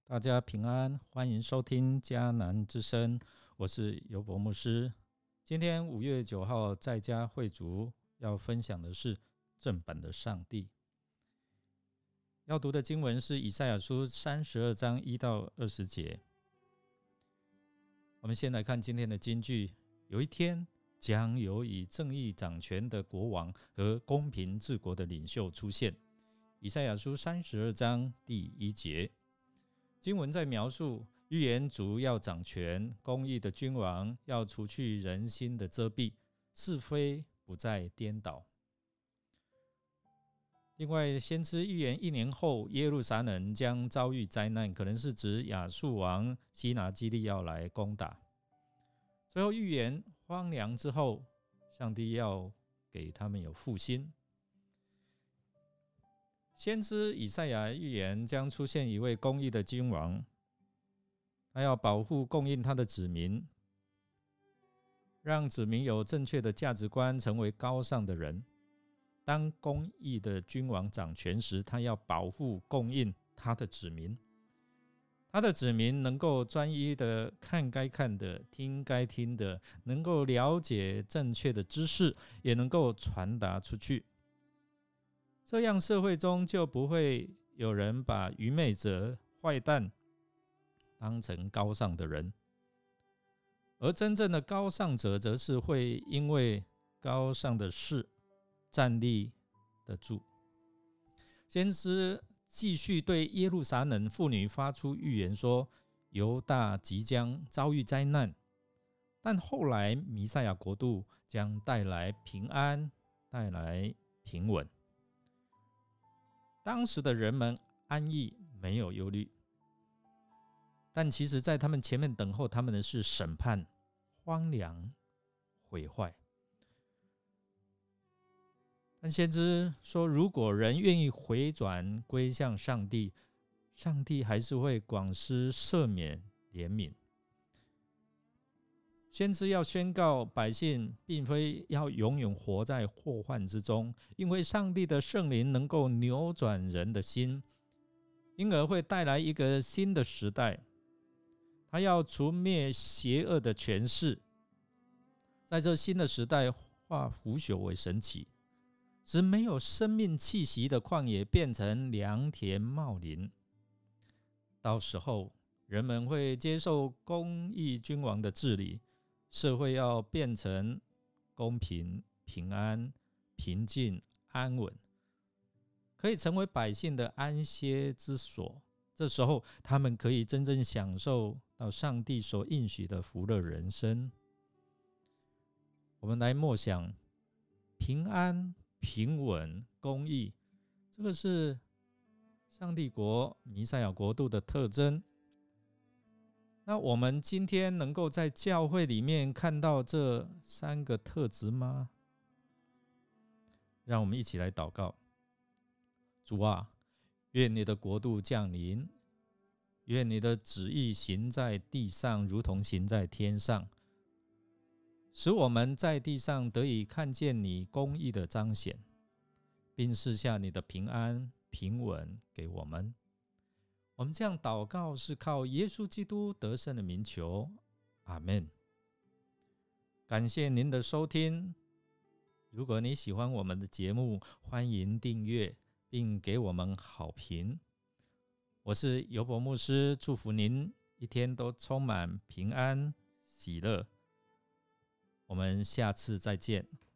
大家平安，欢迎收听迦南之声，我是尤伯牧师。今天5月9号在家会族要分享的是正版的上帝。要读的经文是以赛亚书32章1到20节。我们先来看今天的金句：有一天将有以正义掌权的国王和公平治国的领袖出现。以赛亚书32章第1节。经文在描述预言主要掌权，公义的君王要除去人心的遮蔽，是非不再颠倒。另外，先知预言1年后耶路撒冷将遭遇灾难，可能是指亚述王西拿基立要来攻打。最后预言荒凉之后，上帝要给他们有复兴。先知以赛亚预言将出现一位公义的君王，他要保护供应他的子民，让子民有正确的价值观，成为高尚的人。当公义的君王掌权时，他要保护供应他的子民，他的子民能够专一的看该看的，听该听的，能够了解正确的知识，也能够传达出去。这样社会中就不会有人把愚昧者、坏蛋当成高尚的人，而真正的高尚者则是会因为高尚的事站立得住。先知继续对耶路撒冷妇女发出预言说，犹大即将遭遇灾难，但后来弥赛亚国度将带来平安，带来平稳。当时的人们安逸，没有忧虑，但其实在他们前面等候他们的是审判、荒凉、毁坏。但先知说，如果人愿意回转归向上帝，上帝还是会广施赦免怜悯。先知要宣告百姓并非要永远活在祸患之中，因为上帝的圣灵能够扭转人的心，因而会带来一个新的时代。他要除灭邪恶的权势，在这新的时代化腐朽为神奇，使没有生命气息的旷野变成良田茂林。到时候人们会接受公义君王的治理，社会要变成公平、平安、平静、安稳，可以成为百姓的安歇之所。这时候他们可以真正享受到上帝所应许的福乐人生。我们来默想平安、平稳、公义，这个是上帝国、弥赛亚国度的特征。那我们今天能够在教会里面看到这3个特质吗？让我们一起来祷告。主啊，愿你的国度降临，愿你的旨意行在地上，如同行在天上，使我们在地上得以看见你公义的彰显，并赐下你的平安、平稳给我们。我们这样祷告是靠耶稣基督得胜的名求，阿们。感谢您的收听。如果你喜欢我们的节目，欢迎订阅并给我们好评。我是尤伯牧师，祝福您一天都充满平安喜乐。我们下次再见。